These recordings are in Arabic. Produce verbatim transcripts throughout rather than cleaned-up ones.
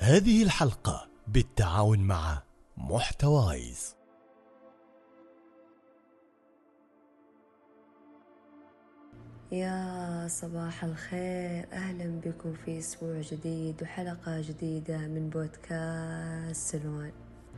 هذه الحلقة بالتعاون مع محتوايز. يا صباح الخير، أهلا بكم في أسبوع جديد وحلقة جديدة من بودكاست سلوان.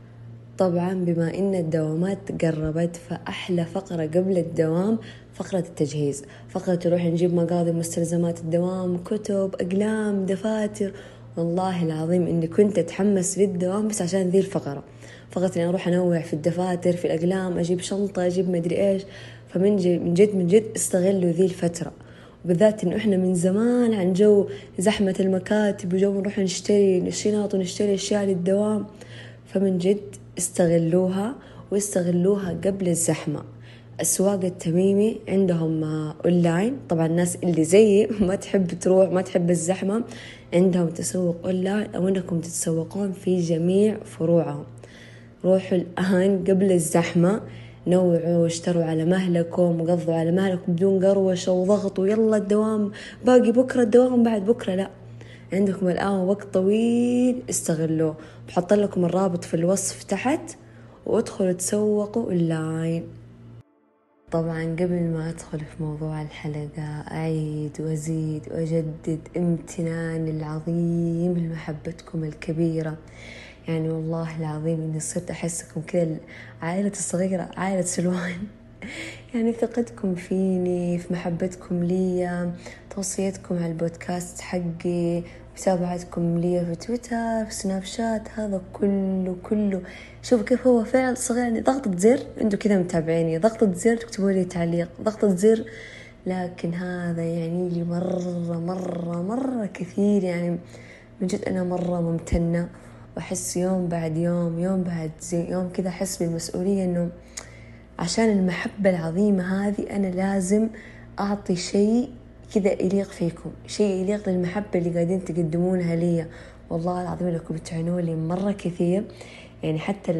طبعا بما إن الدوامات قربت، فأحلى فقرة قبل الدوام فقرة التجهيز، فقرة تروح نجيب مقاضي مستلزمات الدوام، كتب، أقلام، دفاتر. والله العظيم إني كنت أتحمس للدوام بس عشان ذي الفقرة، فقرة إني أروح أنوع في الدفاتر، في الأقلام، أجيب شنطة، أجيب مدري إيش. فمن جد من جد من جد استغلوا ذي الفترة، وبالذات إنه إحنا من زمان عن جو زحمة المكاتب وجو نروح نشتري الشنط ونشتري أشياء للدوام. فمن جد استغلوها واستغلوها قبل الزحمة. السواق التميمي عندهم أونلاين، طبعا الناس اللي زيي ما تحب تروح ما تحب الزحمة عندهم تسوق أونلاين، أو أنكم تتسوقون في جميع فروعهم. روحوا الآن قبل الزحمة، نوعوا واشتروا على مهلكم وقضوا على مهلكم بدون قروشة وضغط ويلا الدوام باقي بكرة، الدوام بعد بكرة. لا، عندكم الآن وقت طويل استغلوه. بحط لكم الرابط في الوصف تحت وادخلوا تسوقوا أونلاين. طبعا قبل ما أدخل في موضوع الحلقة أعيد وأزيد وأجدد امتناني العظيم لمحبتكم الكبيرة. يعني والله العظيم إني صرت أحسكم كذا عائلة الصغيرة، عائلة سلوان. يعني ثقتكم فيني، في محبتكم لي، توصيتكم على البودكاست حقي، متابعتكم لي في تويتر، في سناب شات، هذا كله كله شوفوا كيف هو فعل صغير. يعني ضغطة زر انتوا كذا متابعيني، ضغطة زر تكتبوا لي تعليق، ضغطة زر، لكن هذا يعني لي مرة مرة مرة كثير. يعني من جد أنا مرة ممتنة، وأحس يوم بعد يوم يوم بعد زي يوم كذا أحس بالمسؤولية إنه عشان المحبة العظيمة هذه أنا لازم أعطي شيء كذا يليق فيكم، شيء يليق للمحبة اللي قاعدين تقدمونها لي. والله العظيم لكم بتعنوا لي مرة كثير. يعني حتى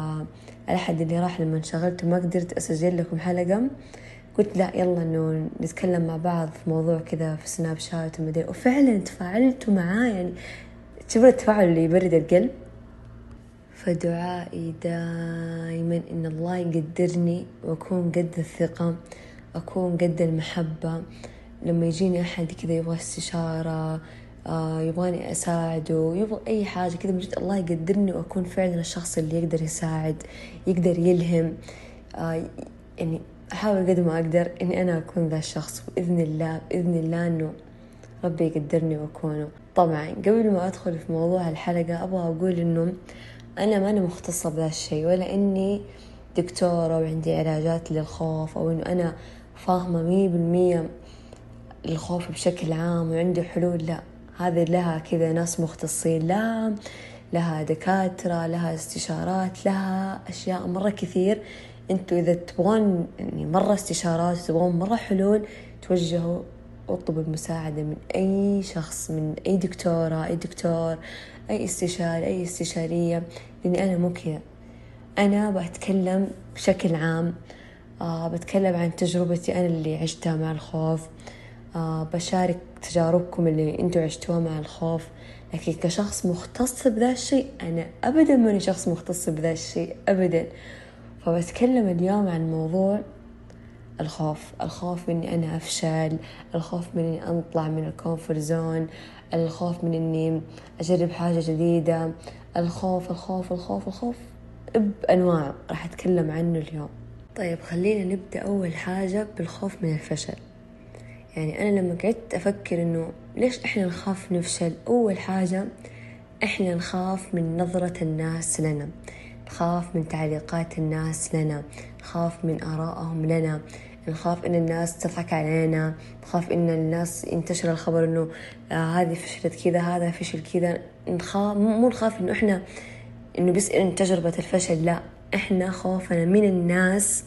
الأحد اللي راح لما انشغلت وما قدرت أسجل لكم حلقة، قلت لا يلا إنه نتكلم مع بعض في موضوع كذا في سناب شات ومدري، وفعلا تفاعلتوا معاه. يعني تشوفوا التفاعل اللي يبرد القلب. فدعائي دائما إن الله يقدرني وأكون قد الثقة، أكون قد المحبة. لما يجيني أحد كذا يبغى استشارة، آه يبغاني أساعده، يبغى أي حاجة كذا، بجد الله يقدرني وأكون فعلا الشخص اللي يقدر يساعد، يقدر يلهم. آه يعني أحاول قد ما أقدر إني أنا أكون ذا الشخص، بإذن الله بإذن الله إنه ربي يقدرني وأكونه. طبعا قبل ما أدخل في موضوع الحلقة أبغى أقول إنه أنا ما أنا مختصة بهذا الشيء، ولا إني دكتورة وعندي علاجات للخوف، أو إنه أنا فاهمة مية بالمية الخوف بشكل عام وعندي حلول. لا، هذه لها كذا ناس مختصين، لا لها دكاترة، لها استشارات، لها أشياء مرة كثير. أنتوا إذا تبغون يعني مرة استشارات، تبغون مرة حلول، توجهوا اطلبوا المساعدة من أي شخص، من أي دكتورة، أي دكتور، أي استشاري، أي استشارية. لأني أنا مو كذا، أنا بتكلم بشكل عام. آه بتكلم عن تجربتي أنا اللي عشتها مع الخوف. آه بشارك تجاربكم اللي أنتوا عشتوها مع الخوف. لكن كشخص مختص بذا الشيء أنا أبدا ماني شخص مختص بذا الشيء أبدا. فبتكلم اليوم عن موضوع الخوف، الخوف من إني أنا أفشل، الخوف من إني أطلع من الكومفورت زون، الخوف من إني أجرب حاجة جديدة، الخوف الخوف الخوف الخوف بأنواع راح أتكلم عنه اليوم. طيب خلينا نبدأ أول حاجة بالخوف من الفشل. يعني أنا لما قعدت أفكر إنه ليش إحنا نخاف نفشل، أول حاجة إحنا نخاف من نظرة الناس لنا، نخاف من تعليقات الناس لنا، نخاف من آرائهم لنا، نخاف إن الناس تضحك علينا، نخاف إن الناس ينتشر الخبر إنه آه هذه فشلت كذا، هذا فشل كذا. نخاف، مو نخاف إنه إحنا إنه بس إن تجربة الفشل، لا، إحنا خوفنا من الناس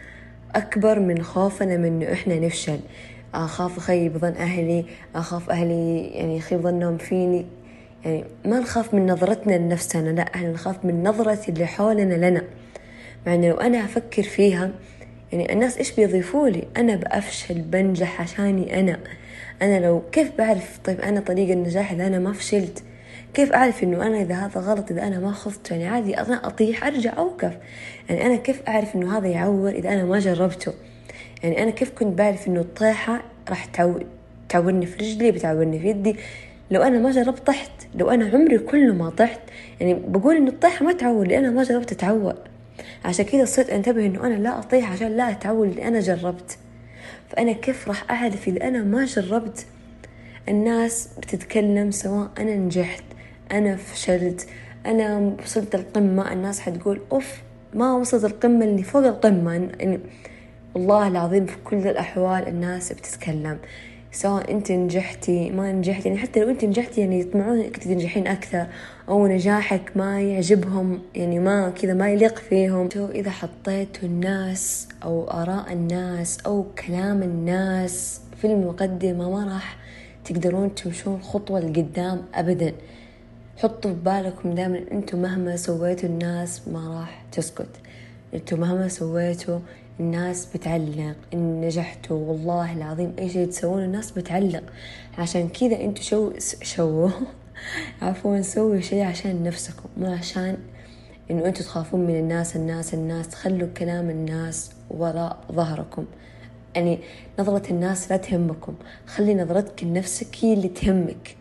أكبر من خوفنا من إنه إحنا نفشل. أخاف أخيب ظن أهلي، أخاف أهلي يعني يخيب ظنهم فيني. يعني ما نخاف من نظرتنا لنفسنا، لا، احنا نخاف من نظرة اللي حولنا لنا. مع أنه لو أنا أفكر فيها، يعني الناس إيش بيضيفوا لي؟ أنا بأفشل بنجح عشاني أنا. أنا لو كيف بعرف طيب أنا طريق النجاح إذا أنا ما فشلت؟ كيف أعرف إنه أنا إذا هذا غلط، إذا أنا ما خفت؟ يعني عادي أنا أطيح أرجع أوقف. يعني أنا كيف أعرف إنه هذا يعور إذا أنا ما جربته؟ يعني أنا كيف كنت بعرف إنه الطيحة راح تعور تعورني في رجلي، بتعورني في يدي لو أنا ما جربت طحت؟ لو أنا عمري كله ما طحت، يعني بقول إنه الطيحة ما تعور لأن أنا ما جربت أتعور. عشان كذا صرت أنتبه إنه أنا لا أطيح عشان لا أتعور اللي أنا جربت. فأنا كيف راح أعرف إذا أنا ما جربت؟ الناس بتتكلم سواء أنا نجحت أنا فشلت أنا وصلت القمة، الناس حتقول أوف ما وصلت القمة اللي فوق القمة. يعني والله العظيم في كل الأحوال الناس بتتكلم، سواء أنت نجحتي ما نجحتي. يعني حتى لو أنت نجحتي يعني يطمعون إنك تنجحين أكثر، أو نجاحك ما يعجبهم، يعني ما كذا ما يليق فيهم. إذا حطيتوا الناس أو آراء الناس أو كلام الناس في المقدمة ما راح تقدرون تمشون خطوة لقدام أبدا. حطوا في بالكم دائما أنتم مهما سويتوا الناس ما راح تسكت، أنتم مهما سويتوا الناس بتعلق. إن نجحتوا والله العظيم أي شيء تسوون الناس بتعلق. عشان كذا أنتوا شو شو عفوا سووا شيء عشان نفسكم، مو عشان إنه أنتوا تخافون من الناس. الناس الناس خلوا كلام الناس وراء ظهركم. يعني نظرة الناس لا تهمكم، خلي نظرتك لنفسك هي اللي تهمك.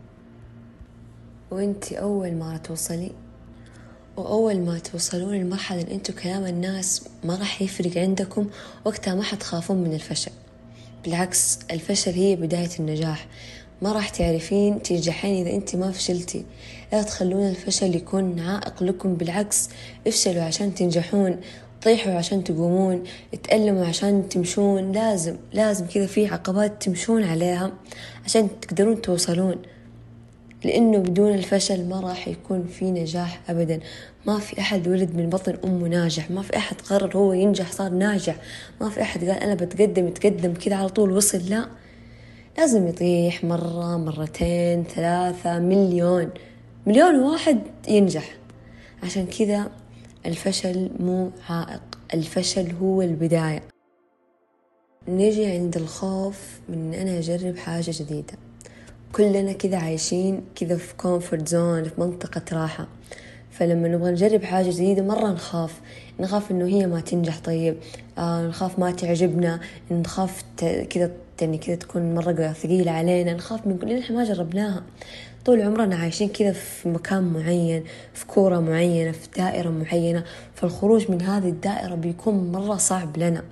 وانتي أول ما توصلي وأول ما توصلون لمرحلة إن أنتوا كلام الناس ما راح يفرق عندكم، وقتها ما حتخافون من الفشل. بالعكس الفشل هي بداية النجاح. ما راح تعرفين تنجحين إذا أنت ما فشلتي. لا تخلون الفشل يكون عائق لكم، بالعكس افشلوا عشان تنجحون، طيحوا عشان تقومون، اتألموا عشان تمشون. لازم لازم كذا في عقبات تمشون عليها عشان تقدرون توصلون، لأنه بدون الفشل ما راح يكون في نجاح أبدا. ما في أحد ولد من بطن أمه ناجح، ما في أحد قرر هو ينجح صار ناجح، ما في أحد قال أنا بتقدم يتقدم كذا على طول وصل. لا، لازم يطيح مرة مرتين ثلاثة مليون مليون واحد ينجح. عشان كذا الفشل مو عائق، الفشل هو البداية. نيجي عند الخوف من أنا أجرب حاجة جديدة. كلنا كذا عايشين كذا في كومفورت زون، في منطقة راحة. فلما نبغى نجرب حاجة جديدة مرة نخاف نخاف إنه هي ما تنجح. طيب آه نخاف ما تعجبنا، نخاف كذا يعني كذا تكون مرة ثقيلة علينا، نخاف من كل إحنا ما جربناها. طول عمرنا عايشين كذا في مكان معين، في كورة معينة، في دائرة معينة، فالخروج من هذه الدائرة بيكون مرة صعب لنا.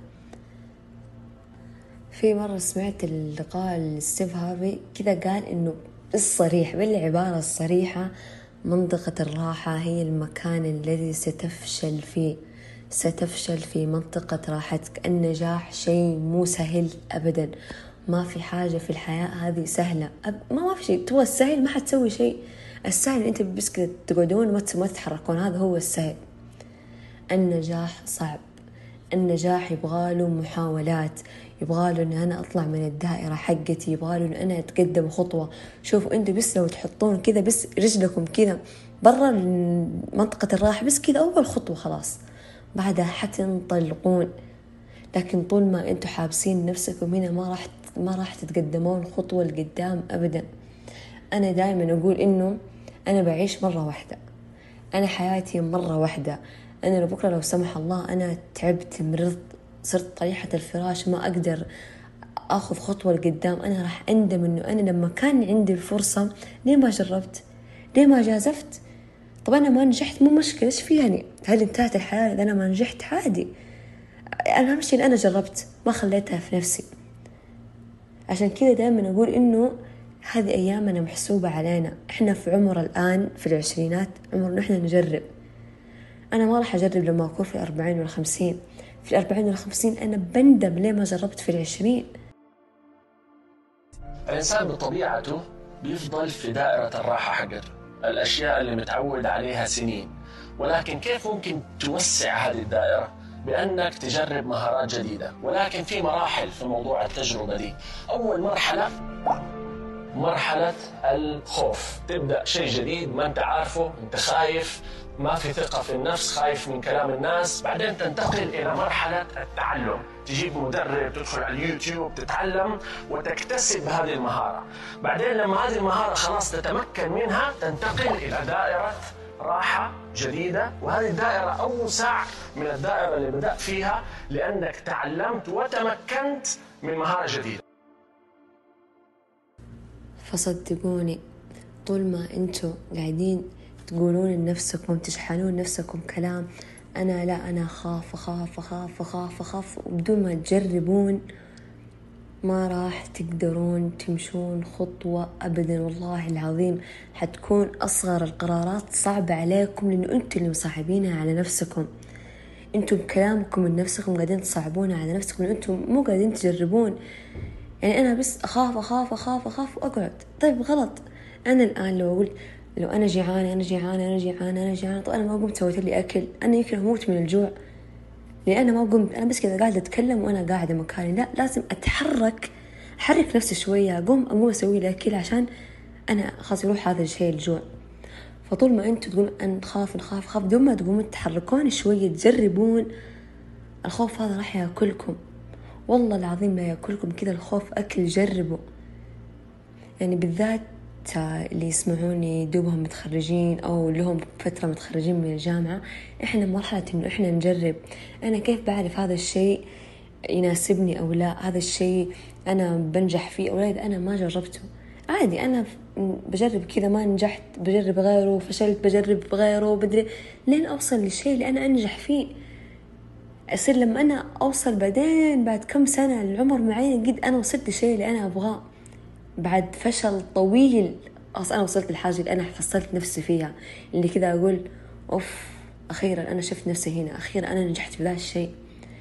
في مرة سمعت اللقاء ستيف هارفي كذا قال إنه الصريح بالعبارة الصريحة منطقة الراحة هي المكان الذي ستفشل فيه. ستفشل في منطقة راحتك. النجاح شيء مو سهل أبدا، ما في حاجة في الحياة هذه سهلة. أب... ما ما في شيء تبغى السهل ما حتسوي شيء. السهل أنت بس كده تقعدون وما تتحركون، هذا هو السهل. النجاح صعب، النجاح يبغاله محاولات، يبغاله أن أنا أطلع من الدائرة حقتي، يبغاله أن أنا أتقدم خطوة. شوفوا أنتوا بس لو تحطون كذا بس رجلكم كذا برا منطقة الراحة، بس كذا أول خطوة خلاص بعدها حتنطلقون. لكن طول ما أنتوا حابسين نفسكم هنا ما راح ما راح تتقدمون خطوة لقدام أبدا. أنا دائما أقول إنه أنا بعيش مرة واحدة، أنا حياتي مرة واحدة. أنا لو بكرة لو سمح الله أنا تعبت مرضت صرت طريحة الفراش ما أقدر أخذ خطوة لقدام، أنا راح أندم إنه أنا لما كان عندي الفرصة ليه ما جربت، ليه ما جازفت. طب أنا ما نجحت مو مشكلة، إيش فيها يعني؟ هل انتهت الحياة إذا أنا ما نجحت؟ عادي. أنا أهم شيء إن أنا جربت ما خليتها في نفسي. عشان كذا دائما أقول إنه هذه أيامنا محسوبة علينا. إحنا في عمر الآن في العشرينات، عمر نحن نجرب. أنا ما راح أجرب لما أكون في الأربعين والخمسين. في الأربعين والخمسين أنا بندم ليه ما جربت في العشرين. الإنسان بطبيعته بيفضل في دائرة الراحة حقته، الأشياء اللي متعود عليها سنين. ولكن كيف ممكن توسع هذه الدائرة؟ بأنك تجرب مهارات جديدة. ولكن في مراحل في موضوع التجربة دي. أول مرحلة مرحلة الخوف. تبدأ شيء جديد ما أنت عارفه، أنت خايف، ما في ثقة في النفس، خايف من كلام الناس. بعدين تنتقل إلى مرحلة التعلم، تجيب مدرب، تدخل على اليوتيوب، تتعلم وتكتسب هذه المهارة. بعدين لما هذه المهارة خلاص تتمكن منها، تنتقل إلى دائرة راحة جديدة، وهذه الدائرة أوسع من الدائرة اللي بدأت فيها، لأنك تعلمت وتمكنت من مهارة جديدة. فصدقوني طول ما انتوا قاعدين تقولون لنفسكم، تشحنون نفسكم كلام أنا لا أنا أخاف أخاف أخاف أخاف أخاف، وبدون ما تجربون ما راح تقدرون تمشون خطوة أبدا. والله العظيم حتكون أصغر القرارات صعبة عليكم، لأنه أنتوا اللي مصعبينها على نفسكم. أنتوا بكلامكم من نفسكم قاعدين تصعبونها على نفسكم، لأنه أنتوا مو قاعدين تجربون. يعني أنا بس أخاف أخاف أخاف أخاف وأقعد. طيب غلط. أنا الآن لو أقول لو أنا جيعانة أنا جيعانة أنا جيعانة أنا جيعانة طيب أنا ما قمت سويت لي أكل، أنا يمكن أموت من الجوع لأن أنا ما قمت. أنا بس كذا قاعدة أتكلم وأنا قاعدة مكاني. لا، لازم أتحرك، أحرك نفسي شوية، أقوم أقوم أسوي لي أكل عشان أنا خلاص يروح هذا الشيء الجوع. فطول ما أنتوا تقولون أنا نخاف نخاف خاف، بدون ما تقومون تتحركون شوية تجربون، الخوف هذا راح يأكلكم. والله العظيم ما يأكلكم كذا الخوف أكل. جربوا. يعني بالذات اللي يسمعوني دوبهم متخرجين أو لهم فترة متخرجين من الجامعة، إحنا مرحلة إنه إحنا نجرب. أنا كيف بعرف هذا الشيء يناسبني أو لا، هذا الشيء أنا بنجح فيه أو لا إذا أنا ما جربته؟ عادي، أنا بجرب كذا، ما نجحت بجرب غيره، فشلت بجرب غيره، بدري لين أوصل للشيء اللي أنا أنجح فيه. أصير لما أنا أوصل بعدين بعد كم سنة العمر معين قد أنا وصلت للشيء اللي أنا أبغاه بعد فشل طويل. أصلا أنا وصلت للحاجة اللي أنا حصلت نفسي فيها، اللي كذا أقول أوف أخيرا أنا شفت نفسي هنا، أخيرا أنا نجحت في ذا الشيء.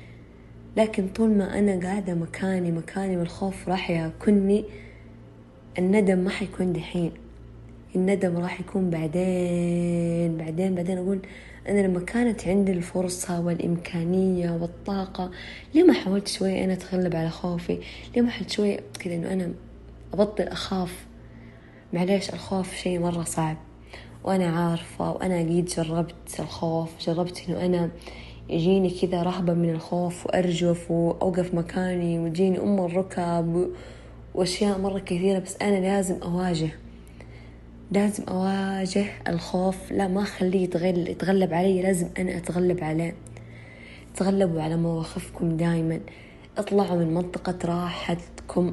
لكن طول ما أنا قاعدة مكاني مكاني والخوف راح ياكلني، الندم ما حيكون دحين، الندم راح يكون بعدين بعدين بعدين. أقول أنا لما كانت عندي الفرصة والإمكانية والطاقة ليه ما حاولت شوية أنا أتغلب على خوفي؟ ليه ما حاولت شوية كذا إنه أنا أبطل أخاف؟ معليش، الخوف شيء مرة صعب وأنا عارفة، وأنا قيد جربت الخوف، جربت إنه أنا يجيني كذا رهبة من الخوف وأرجف وأوقف مكاني ويجيني أم الركب وأشياء مرة كثيرة. بس أنا لازم أواجه، لازم أواجه الخوف، لا ما أخليه يتغل يتغلب علي، لازم أنا أتغلب عليه. تغلبوا على مواقفكم دائما، اطلعوا من منطقة راحتكم.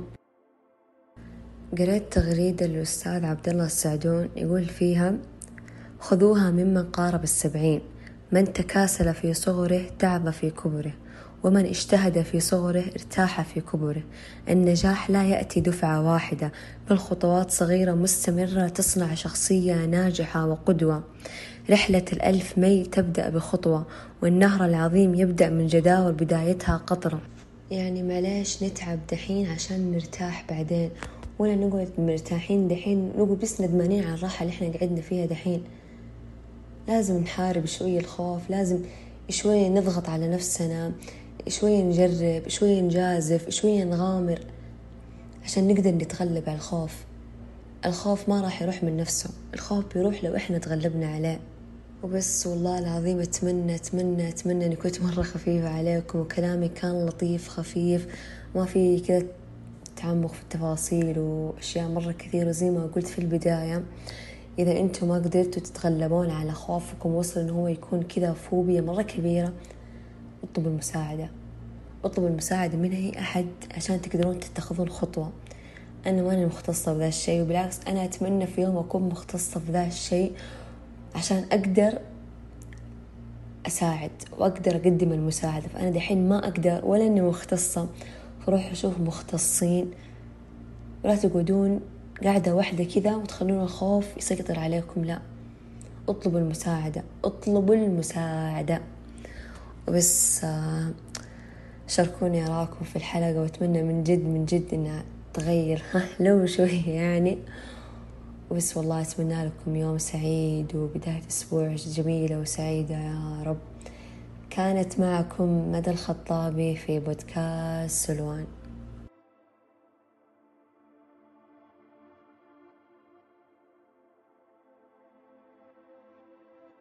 قريت تغريدة للأستاذ عبد الله السعدون يقول فيها: خذوها ممن قارب السبعين، من تكاسل في صغره تعب في كبره، ومن اجتهد في صغره ارتاح في كبره. النجاح لا يأتي دفعة واحدة، بل خطوات صغيرة مستمرة تصنع شخصية ناجحة وقدوة. رحلة الألف ميل تبدأ بخطوة، والنهر العظيم يبدأ من جداول بدايتها قطرة. يعني معليش نتعب دحين عشان نرتاح بعدين، ولا نقعد مرتاحين دحين نقعد بس ندمانين على الراحة اللي احنا قعدنا فيها دحين. لازم نحارب شوية الخوف، لازم شوية نضغط على نفسنا، شوية نجرب، شوية نجازف، شوية نغامر عشان نقدر نتغلب على الخوف. الخوف ما راح يروح من نفسه، الخوف بيروح لو احنا تغلبنا عليه. وبس والله العظيم اتمنى اتمنى اتمنى اني كنت مرة خفيفة عليكم وكلامي كان لطيف خفيف، ما في كذا تعمق في التفاصيل واشياء مرة كثيرة. زي ما قلت في البداية، إذا أنتم ما قدرتوا تتغلبون على خوفكم وصل إنه هو يكون كذا فوبيا مرة كبيرة، اطلبوا المساعدة، اطلبوا المساعدة من أي أحد عشان تقدرون تتخذون خطوة. أنا ما أنا مختصة بذا الشيء، وبالعكس أنا أتمنى في يوم أكون مختصة بذا الشيء عشان أقدر أساعد وأقدر أقدم المساعدة. فأنا دحين ما أقدر ولا أني مختصة، فروحوا شوفوا مختصين، ولا تقعدون قاعدة واحدة كذا وتخلون الخوف يسيطر عليكم. لا، اطلبوا المساعدة، اطلبوا المساعدة. وبس شاركوني أراكم في الحلقة، وأتمنى من جد من جد إنها تغير لو شوية يعني. وبس والله أتمنى لكم يوم سعيد وبداية أسبوع جميلة وسعيدة يا رب. كانت معكم مدى الخطابي في بودكاست سلوان.